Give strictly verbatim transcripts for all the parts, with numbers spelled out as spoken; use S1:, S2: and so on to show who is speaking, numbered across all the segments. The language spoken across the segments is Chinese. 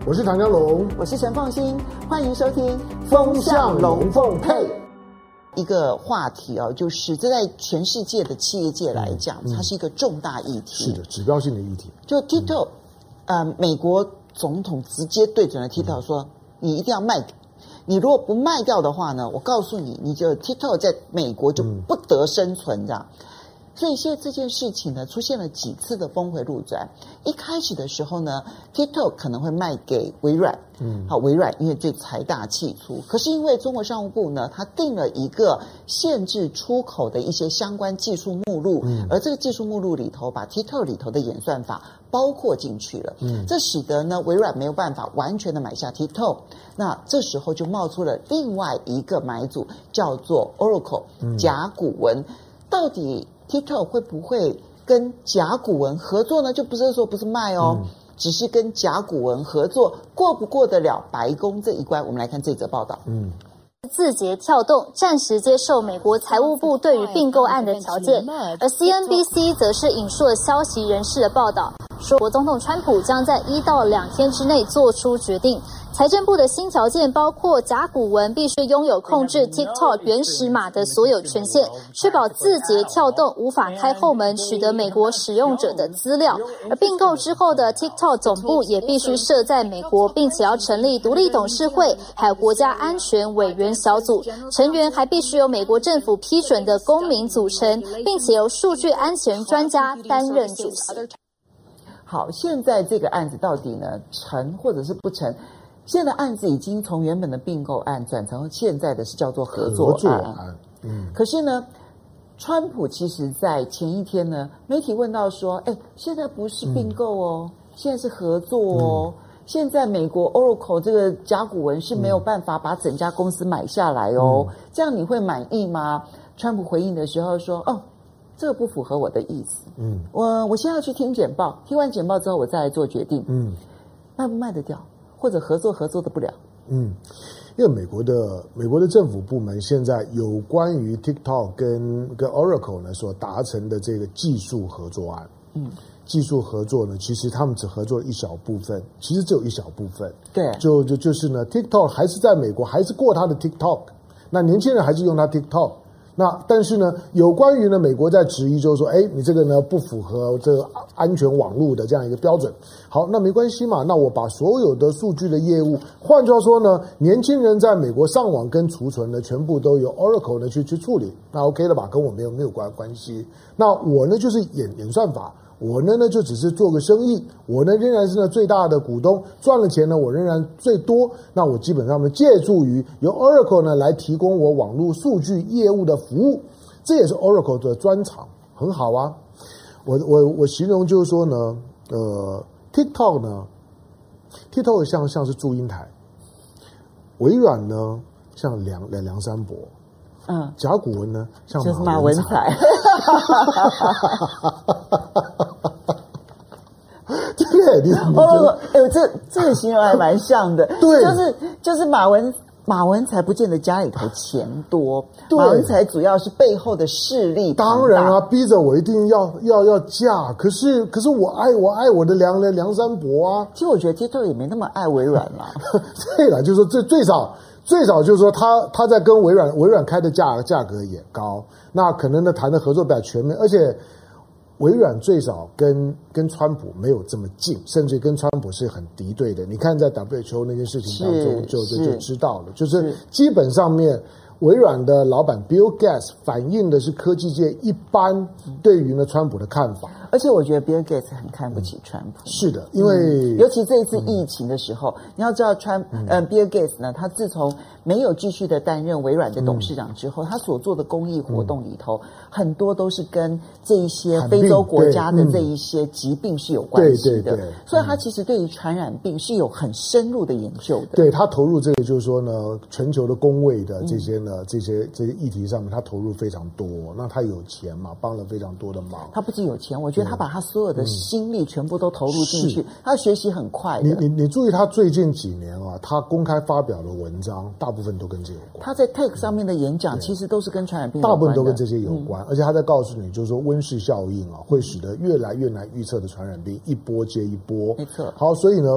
S1: 我是唐江龙，
S2: 我是陈凤馨，欢迎收听《
S1: 风向龙凤配》。
S2: 一个话题哦，就是这在全世界的企业界来讲，
S1: 嗯嗯、
S2: 它是一个重大议题，
S1: 是的，指标性的议题。
S2: 就 TikTok，、嗯、呃，美国总统直接对准了 TikTok 说，嗯、你一定要卖。你如果不卖掉的话呢，我告诉你，你就 TikTok 在美国就不得生存，这样。嗯所以现在这件事情呢，出现了几次的峰回路转。一开始的时候呢 ，TikTok 可能会卖给微软，嗯，好，微软因为最财大气粗。可是因为中国商务部呢，它定了一个限制出口的一些相关技术目录，嗯，而这个技术目录里头把 TikTok 里头的演算法包括进去了，嗯，这使得呢微软没有办法完全的买下 TikTok。那这时候就冒出了另外一个买主，叫做 Oracle，嗯，甲骨文，到底TikTok 会不会跟甲骨文合作呢？就不是说不是卖哦，嗯、只是跟甲骨文合作，过不过得了白宫这一关？我们来看这则报道。嗯。
S3: 字节跳动暂时接受美国财务部对于并购案的条件，而 C N B C 则是引述了消息人士的报道，说国总统川普将在一到两天之内做出决定。财政部的新条件包括甲骨文必须拥有控制 TikTok 原始码的所有权限，确保字节跳动无法开后门取得美国使用者的资料，而并购之后的 TikTok 总部也必须设在美国，并且要成立独立董事会，还有国家安全委员小组，成员还必须由美国政府批准的公民组成，并且由数据安全专家担任主席。
S2: 好，现在这个案子到底呢成或者是不成？现在案子已经从原本的并购案转成现在的是叫做合作案。合作案，嗯。可是呢，川普其实在前一天呢，媒体问到说：“哎，现在不是并购哦，嗯、现在是合作哦。嗯、现在美国 Oracle 这个甲骨文是没有办法把整家公司买下来哦，嗯、这样你会满意吗？”川普回应的时候说：“哦，这个不符合我的意思。嗯，我我先要去听简报，听完简报之后我再来做决定。嗯，卖不卖得掉？”或者合作合作的不了，
S1: 嗯，因为美国的美国的政府部门现在有关于 TikTok 跟跟 Oracle 呢所达成的这个技术合作案，嗯，技术合作呢，其实他们只合作一小部分，其实只有一小部分，
S2: 对，
S1: 就就就是呢 ，TikTok 还是在美国还是过他的 TikTok， 那年轻人还是用他 TikTok。那但是呢，有关于呢，美国在质疑，就是说，哎，你这个呢不符合这个安全网络的这样一个标准。好，那没关系嘛，那我把所有的数据的业务，换句话说呢，年轻人在美国上网跟储存呢，全部都由 Oracle 呢去去处理，那 OK 了吧？跟我没有没有关关系。那我呢就是演演算法。我呢呢就只是做个生意，我呢仍然是呢最大的股东，赚了钱呢我仍然最多。那我基本上呢借助于由 Oracle 呢来提供我网络数据业务的服务，这也是 Oracle 的专长，很好啊。我我我形容就是说呢，呃 ，TikTok 呢 ，TikTok 像像是祝英台，微软呢像梁梁梁山伯。嗯，甲骨文呢，像
S2: 就是马文才，
S1: 对，你
S2: 哦，哎呦，这这个形容还蛮像的，
S1: 对，
S2: 就是就是马文马文才不见得家里头钱多，马文才主要是背后的势力，
S1: 当然啊，逼着我一定要要要嫁，可是可是我爱我爱我的梁梁山伯啊。
S2: 其实我觉得 TikTok 也没那么爱微软啦，
S1: 对了，就是说最最少。最少就是说他，他他在跟微软微软开的价价格也高，那可能呢谈的合作比较全面，而且微软最少跟跟川普没有这么近，甚至跟川普是很敌对的。你看在 W H O 那件事情当中就就就知道了，就是基本上面微软的老板 Bill Gates 反映的是科技界一般对于呢川普的看法。
S2: 而且我觉得 Bill Gates 很看不起川普。
S1: 是的，因为、
S2: 嗯、尤其这一次疫情的时候，嗯、你要知道川嗯、呃、Bill Gates 呢，他自从没有继续的担任微软的董事长之后，嗯、他所做的公益活动里头，嗯、很多都是跟这一些非洲国家的这一些疾病是有关系的。对对对，所以他其实对于传染病是有很深入的研究的。
S1: 对，他投入这个就是说呢，全球的公卫的这些呢、嗯、这些这些议题上面，他投入非常多。那他有钱嘛，帮了非常多的忙。
S2: 他不仅有钱，我觉得他把他所有的心力全部都投入进去，嗯、他学习很快的。
S1: 你你你注意他最近几年啊，他公开发表的文章大部分都跟这有关。
S2: 他在 T E D 上面的演讲、嗯、其实都是跟传染病有关的，
S1: 大部分都跟这些有关，嗯、而且他在告诉你，就是说温室效应啊，会使得越来越难预测的传染病一波接一波。
S2: 没错。
S1: 好，所以呢，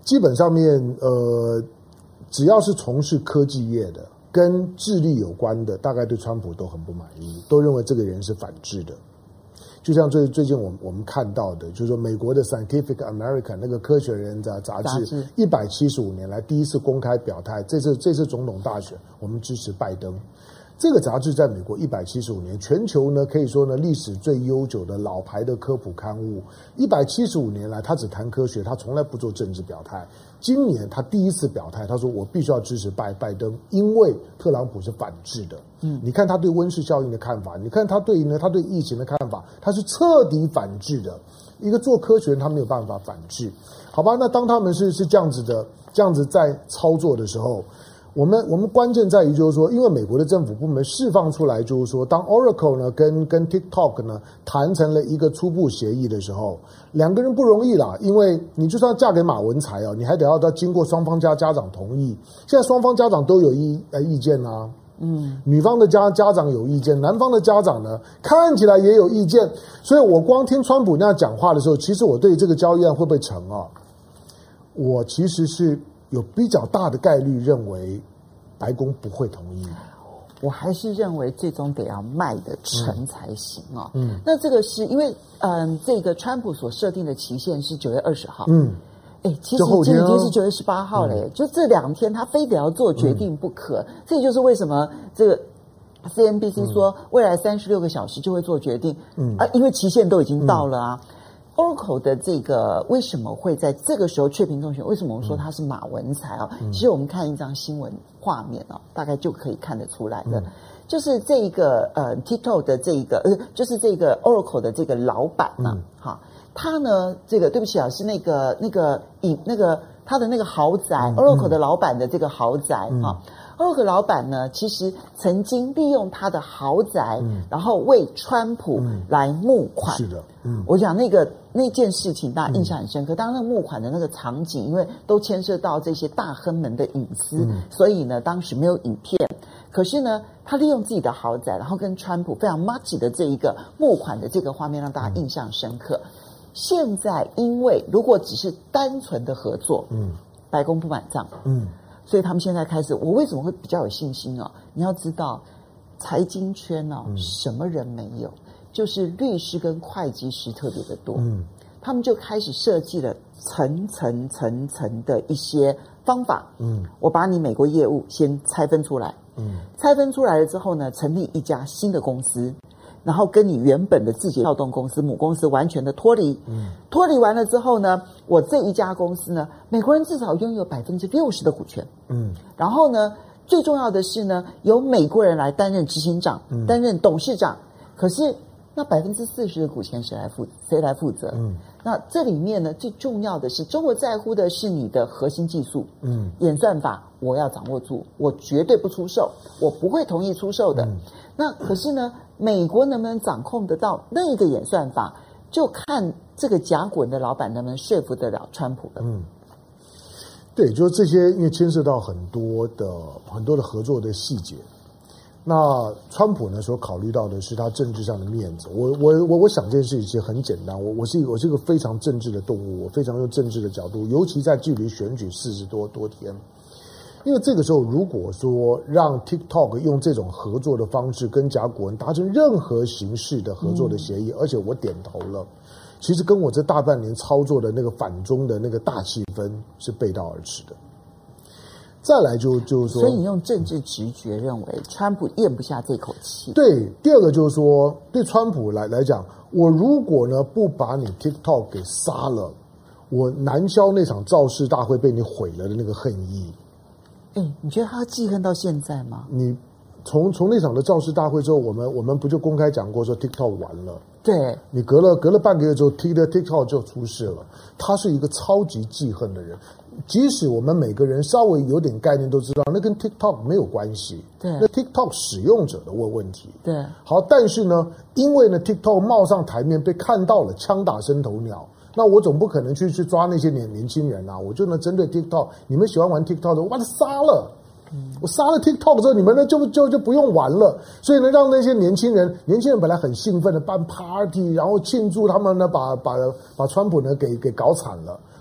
S1: 基本上面呃，只要是从事科技业的。跟智力有关的，大概对川普都很不满意，都认为这个人是反智的。就像最最近我们我们看到的，就是说美国的 Scientific American 那个科学人杂杂志，一百七十五年来第一次公开表态，这次这次总统大选，我们支持拜登。这个杂志在美国一百七十五年，全球呢可以说呢历史最悠久的老牌的科普刊物。一百七十五年来，他只谈科学，他从来不做政治表态。今年他第一次表态，他说我必须要支持拜拜登，因为特朗普是反制的。嗯，你看他对温室效应的看法，你看他对呢他对疫情的看法，他是彻底反制的。一个做科学人，他没有办法反制，好吧？那当他们是是这样子的，这样子在操作的时候。我们我们关键在于就是说，因为美国的政府部门释放出来，就是说，当 Oracle 呢跟跟 TikTok 呢谈成了一个初步协议的时候，两个人不容易啦，因为你就算要嫁给马文才哦，你还得要到经过双方家家长同意。现在双方家长都有意呃意见啊，嗯，女方的家家长有意见，男方的家长呢看起来也有意见，所以我光听川普那样讲话的时候，其实我对这个交易案会不会成啊，我其实是。有比较大的概率认为白宫不会同意，
S2: 我还是认为最终得要卖得成才行啊、哦。嗯，那这个是因为嗯，这个川普所设定的期限是九月二十号。嗯，哎，其实今天已经是九月十八号了耶、嗯，就这两天他非得要做决定不可。嗯、这就是为什么这个 C N B C 说未来三十六个小时就会做决定。嗯啊，因为期限都已经到了啊。嗯Oracle 的这个为什么会在这个时候确评中选？为什么我们说他是马文才啊、嗯？其实我们看一张新闻画面啊，大概就可以看得出来的，嗯、就是这一个呃 TikTok 的这一个呃，就是这个 Oracle 的这个老板啊，哈、嗯，他呢这个对不起啊，是那个那个影那个他的那个豪宅、嗯、Oracle 的老板的这个豪宅、嗯、啊。Oracle 老板呢，其实曾经利用他的豪宅，嗯、然后为川普来募款。嗯、是的，嗯，我讲那个那件事情，大家印象很深刻。当然，那个募款的那个场景，因为都牵涉到这些大亨们的隐私，嗯、所以呢，当时没有影片。可是呢，他利用自己的豪宅，然后跟川普非常 match 的这一个募款的这个画面，让大家印象深刻。嗯、现在，因为如果只是单纯的合作，嗯，白宫不买账，嗯。所以他们现在开始，我为什么会比较有信心啊？你要知道，财经圈哦、啊嗯，什么人没有？就是律师跟会计师特别的多。嗯，他们就开始设计了层层层层的一些方法。嗯，我把你美国业务先拆分出来。嗯，拆分出来了之后呢，成立一家新的公司。然后跟你原本的字节跳动公司母公司完全的脱离，嗯，脱离完了之后呢，我这一家公司呢，美国人至少拥有百分之六十的股权，嗯，然后呢，最重要的是呢，由美国人来担任执行长，嗯、担任董事长，可是那百分之四十的股权谁来负谁来负责？嗯，那这里面呢，最重要的是，中国在乎的是你的核心技术，嗯，演算法我要掌握住，我绝对不出售，我不会同意出售的。嗯、那可是呢？美国能不能掌控得到那个演算法，就看这个甲骨文的老板能不能说服得了川普了。嗯，
S1: 对，就是这些，因为牵涉到很多的很多的合作的细节。那川普呢，所考虑到的是他政治上的面子。我我我我想这件事情其实很简单。我我是我是一个非常政治的动物，我非常用政治的角度，尤其在距离选举四十多多天。因为这个时候，如果说让 TikTok 用这种合作的方式跟甲骨文达成任何形式的合作的协议，嗯、而且我点头了，其实跟我这大半年操作的那个反中的那个大气氛是背道而驰的。再来就就是说，
S2: 所以你用政治直觉认为川普咽不下这口气。
S1: 对，第二个就是说，对川普来来讲，我如果呢不把你 TikTok 给杀了，我难消那场造势大会被你毁了的那个恨意。
S2: 哎，你觉得他记恨到现在吗？
S1: 你从从那场的造势大会之后，我们我们不就公开讲过说 TikTok 完了？
S2: 对，
S1: 你隔了隔了半个月之后 ，TikTok 就出事了。他是一个超级记恨的人，即使我们每个人稍微有点概念都知道，那跟 TikTok 没有关系。
S2: 对，
S1: 那 TikTok 使用者的问问题。
S2: 对，
S1: 好，但是呢，因为呢 TikTok 冒上台面被看到了，枪打伸头鸟。那我总不可能去去抓那些年年轻人啊！我就能针对 TikTok， 你们喜欢玩 TikTok 的，我把它杀了。嗯、我杀了 TikTok 之后，你们呢就就就不用玩了。所以呢，让那些年轻人，年轻人本来很兴奋的办 party， 然后庆祝他们呢把把把川普呢给给搞惨了。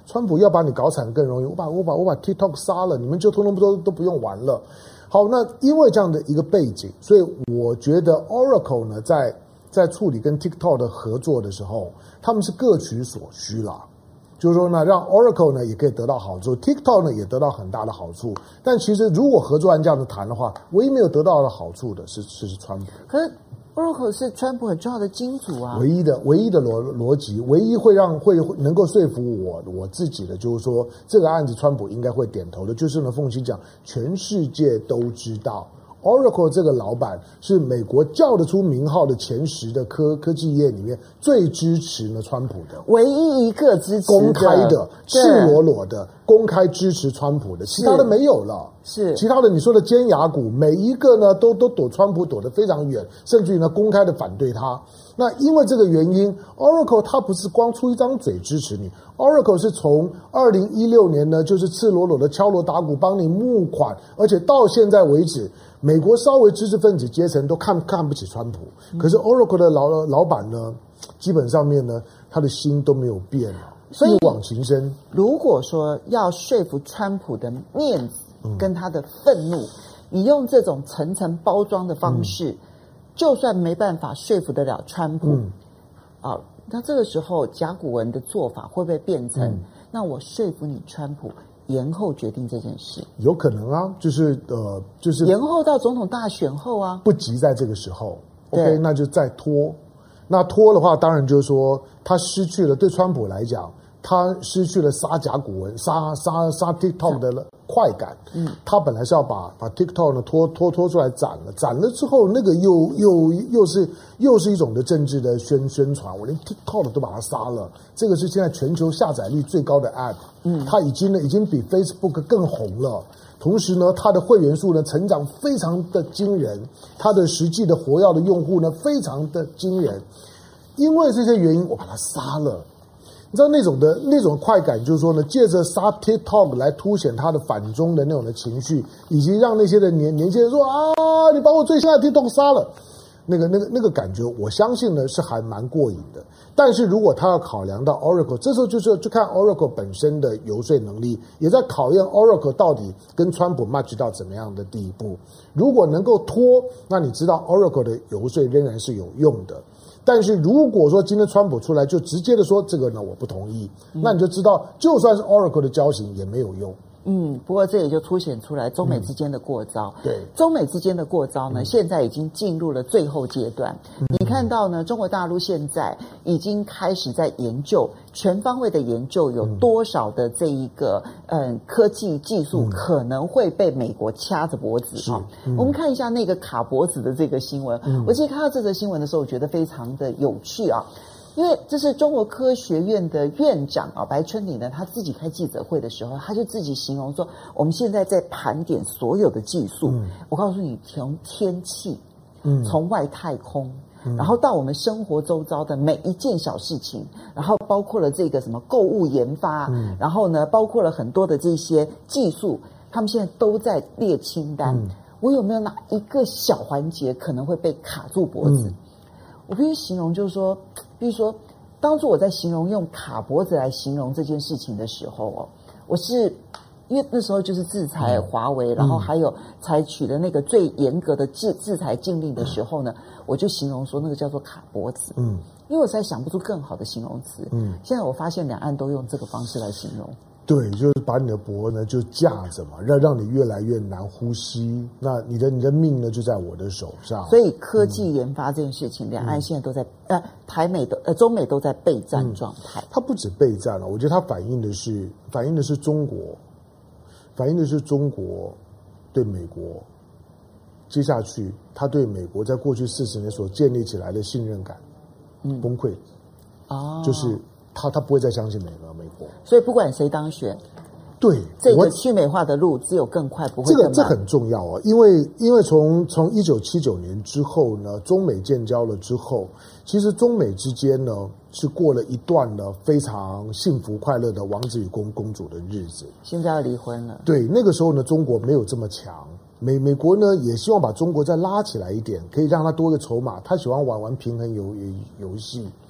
S1: 川普要把你搞惨更容易，我把我把我把 TikTok 杀了，你们就通通都都不用玩了。好，那因为这样的一个背景，所以我觉得 Oracle 呢，在在处理跟 TikTok 的合作的时候，他们是各取所需啦。就是说呢，让 Oracle 呢也可以得到好处 ，TikTok 呢也得到很大的好处。但其实如果合作案这样子谈的话，唯一没有得到的好处的是是是川普。
S2: 可是 Oracle 是川普很重要的金主啊。
S1: 唯一的唯一的逻逻辑，唯一会让会能够说服我我自己的，就是说这个案子川普应该会点头的，就是呢，凤馨讲，全世界都知道。Oracle 这个老板是美国叫得出名号的前十的科科技业里面最支持呢川普的，
S2: 唯一一个支持
S1: 公开的、赤裸裸的公开支持川普的，其他的没有了。
S2: 是
S1: 其他的你说的尖牙股，每一个呢都都躲川普躲得非常远，甚至于呢公开的反对他。那因为这个原因 ，Oracle 它不是光出一张嘴支持你 ，Oracle 是从二零一六年呢就是赤裸裸的敲锣打鼓帮你募款，而且到现在为止。美国稍微知识分子阶层都看看不起川普，可是 Oracle 的老老板呢，基本上面呢，他的心都没有变了，一往情深。
S2: 如果说要说服川普的面子跟他的愤怒，嗯、你用这种层层包装的方式，嗯、就算没办法说服得了川普，嗯、啊，那这个时候甲骨文的做法会不会变成？嗯、那我说服你，川普。延后决定这件事，
S1: 有可能啊，就是呃，就是
S2: 延后到总统大选后啊，
S1: 不急在这个时候 ，OK， 那就再拖。那拖的话，当然就是说，他失去了对川普来讲，他失去了杀甲骨文、杀杀杀 TikTok 的快感。嗯，他本来是要把把 TikTok 呢拖拖拖出来斩了，斩了之后，那个又又又是又是一种的政治的宣宣传，我连 TikTok 都把它杀了。这个是现在全球下载率最高的 App。嗯，它已经呢，已经比 Facebook 更红了。同时呢，它的会员数呢成长非常的惊人，它的实际的活跃的用户呢非常的惊人。因为这些原因，我把它杀了。你知道那种的那种快感，就是说呢，借着杀 TikTok 来凸显他的反中的那种的情绪，以及让那些的年年轻人说啊，你把我最新的 TikTok 杀了。那个、那个、那个感觉，我相信呢是还蛮过瘾的。但是如果他要考量到 Oracle， 这时候就是就看 Oracle 本身的游说能力，也在考验 Oracle 到底跟川普 match 到怎么样的地步。如果能够拖，那你知道 Oracle 的游说仍然是有用的。但是如果说今天川普出来就直接的说这个呢我不同意，那你就知道就算是 Oracle 的交情也没有用。
S2: 嗯，不过这也就凸显出来中美之间的过招。
S1: 嗯、对，
S2: 中美之间的过招呢，嗯、现在已经进入了最后阶段。嗯、你看到呢，中国大陆现在已经开始在研究全方位的研究，有多少的这一个嗯科技技术可能会被美国掐着脖子哈、嗯。我们看一下那个卡脖子的这个新闻。嗯、我其实看到这则新闻的时候，我觉得非常的有趣啊。因为这是中国科学院的院长啊，白春礼呢，他自己开记者会的时候，他就自己形容说，我们现在在盘点所有的技术。嗯、我告诉你，从天气，嗯，从外太空，嗯、然后到我们生活周遭的每一件小事情，然后包括了这个什么购物研发，嗯、然后呢，包括了很多的这些技术，他们现在都在列清单。嗯、我有没有哪一个小环节可能会被卡住脖子？嗯、我必须形容，就是说。比如说，当初我在形容用卡脖子来形容这件事情的时候哦，我是因为那时候就是制裁华为，嗯、然后还有采取了那个最严格的制制裁禁令的时候呢，我就形容说那个叫做卡脖子。嗯，因为我实在想不出更好的形容词。嗯，现在我发现两岸都用这个方式来形容。对，
S1: 就是把你的脖呢就架着嘛，让让你越来越难呼吸。那你的你的命呢就在我的手上。
S2: 所以科技研发这件事情，两、嗯、岸现在都在呃台美都呃中美都在备战状态。
S1: 嗯、它不止备战了，我觉得它反映的是反映的是中国，反映的是中国对美国接下去他对美国在过去四十年所建立起来的信任感，嗯，崩溃。哦，就是。他他不会再相信美国，美国。
S2: 所以不管谁当选，
S1: 对
S2: 这个去美化的路只有更快，不会更慢。
S1: 这个这很重要啊，因为因为从从一九七九年之后呢，中美建交了之后，其实中美之间呢是过了一段呢非常幸福快乐的王子与公公主的日子。
S2: 现在要离婚了。
S1: 对，那个时候呢，中国没有这么强。美美国呢也希望把中国再拉起来一点，可以让他多个筹码。他喜欢玩玩平衡游游戏。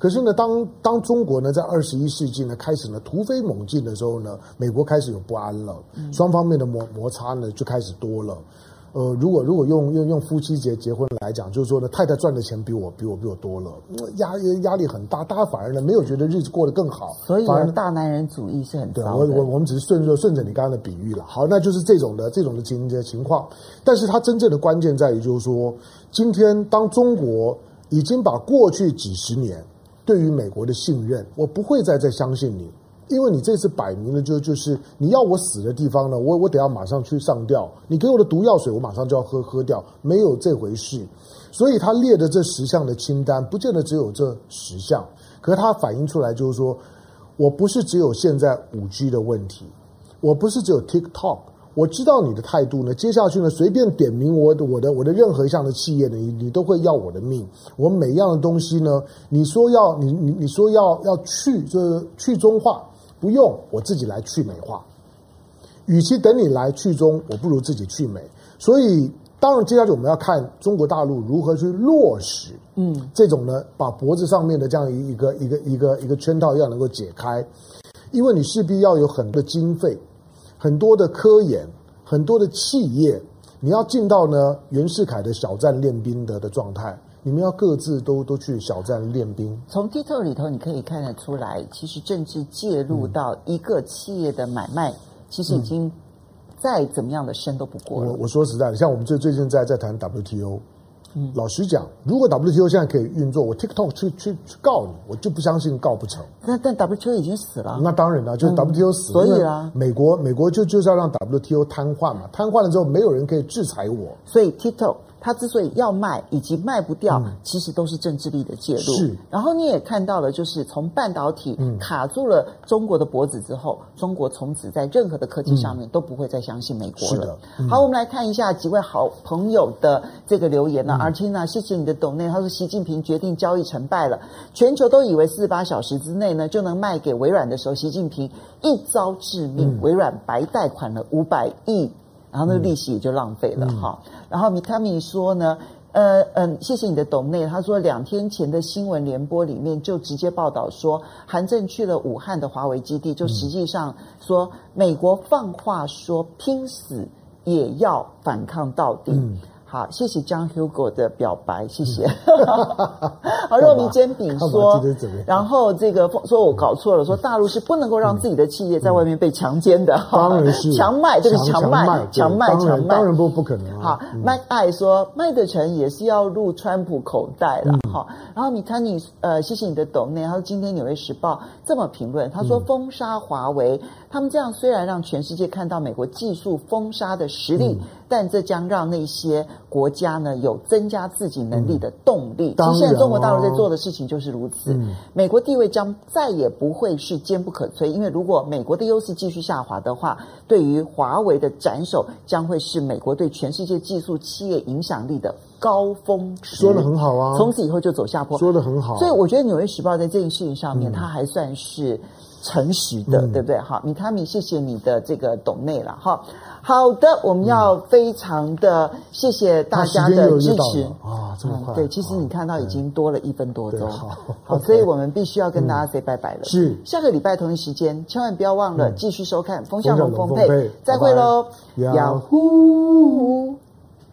S1: 可是呢，当当中国呢在二十一世纪呢开始呢突飞猛进的时候呢，美国开始有不安了，双方面的摩摩擦呢就开始多了。呃，如果如果用用用夫妻结结婚来讲，就是说呢，太太赚的钱比我比我比我多了，压压力很大，大家反而呢没有觉得日子过得更好，
S2: 所以
S1: 反而
S2: 大男人主义是很
S1: 对，
S2: 糟的。
S1: 我我我们只是顺着顺着你刚刚的比喻了。好，那就是这种的这种的情情况，但是它真正的关键在于，就是说，今天当中国已经把过去几十年对于美国的信任，我不会再再相信你。因为你这次摆明了就就是你要我死的地方呢，我我得要马上去上吊，你给我的毒药水我马上就要喝喝掉，没有这回事。所以他列的这十项的清单，不见得只有这十项，可是它反映出来就是说，我不是只有现在五 G 的问题，我不是只有 TikTok， 我知道你的态度呢，接下去呢随便点名我的我的我的任何一项的企业呢，你你都会要我的命。我每一样的东西呢，你说要你你你说要要去就是去中化。不用，我自己来去美化。与其等你来去中，我不如自己去美。所以，当然接下去我们要看中国大陆如何去落实，嗯，这种呢，把脖子上面的这样一个一个一个一个圈套要能够解开，因为你势必要有很多的经费、很多的科研、很多的企业，你要进到呢袁世凯的小站练兵的的状态。你们要各自都都去小站练兵。
S2: 从 TikTok 里头你可以看得出来，其实政治介入到一个企业的买卖，嗯、其实已经再怎么样的深都不过了。
S1: 我我说实在的，像我们最最近在在谈 W T O，嗯，老实讲，如果 W T O 现在可以运作，我 TikTok 去去去告你，我就不相信告不成。
S2: 但但 W T O 已经死了。
S1: 那当然了，就是 W T O 死了，
S2: 嗯、所以啊，
S1: 美国美国就就是要让 W T O 瘫痪嘛，瘫痪了之后，没有人可以制裁我。
S2: 所以 TikTok。它之所以要卖以及卖不掉，嗯、其实都是政治力的介入。
S1: 是，然
S2: 后你也看到了，就是从半导体卡住了中国的脖子之后，嗯、中国从此在任何的科技上面都不会再相信美国了。
S1: 是的。嗯、
S2: 好，我们来看一下几位好朋友的这个留言呢。阿缇娜，谢谢你的抖内，他说习近平决定交易成败了，全球都以为四十八小时之内呢就能卖给微软的时候，习近平一招致命，嗯、微软白贷款了五百亿。然后那个利息也就浪费了哈、嗯。然后米卡米说呢，呃嗯，谢谢你的抖内。他说两天前的新闻联播里面就直接报道说，韩正去了武汉的华为基地，就实际上说美国放话说拼死也要反抗到底。嗯好，谢谢张 Hugo 的表白，谢谢。好，肉糜煎饼说，然后这个说我搞错了，说大陆是不能够让自己的企业在外面被强奸的，
S1: 当然是
S2: 强卖，这个强卖，强卖，强卖，
S1: 当然不不可能啊。
S2: 好，麦爱说卖得成也是要入川普口袋了，好。然后米卡尼，呃，谢谢你的抖内，他说今天《纽约时报》这么评论，他说封杀华为，他们这样虽然让全世界看到美国技术封杀的实力，但这将让那些国家呢有增加自己能力的动力。其实现在中国大陆在做的事情就是如此。嗯、美国地位将再也不会是坚不可摧，因为如果美国的优势继续下滑的话，对于华为的斩首将会是美国对全世界技术企业影响力的高峰值。
S1: 说得很好啊，
S2: 从此以后就走下坡。
S1: 说得很好。
S2: 所以我觉得《纽约时报》在这件事情上面，嗯、它还算是诚实的，嗯、对不对？好，米卡米，谢谢你的这个抖内了哈。好的，我们要非常的谢谢大家的支持
S1: 啊，这么快、嗯！
S2: 对，其实你看到已经多了一分多钟，
S1: 好，
S2: 好，所以我们必须要跟大家 say 拜拜了。
S1: 是，
S2: 下个礼拜同一时间，千万不要忘了继续收看《风向龙凤配》，
S1: 再
S2: 再会喽，
S1: 呀呼。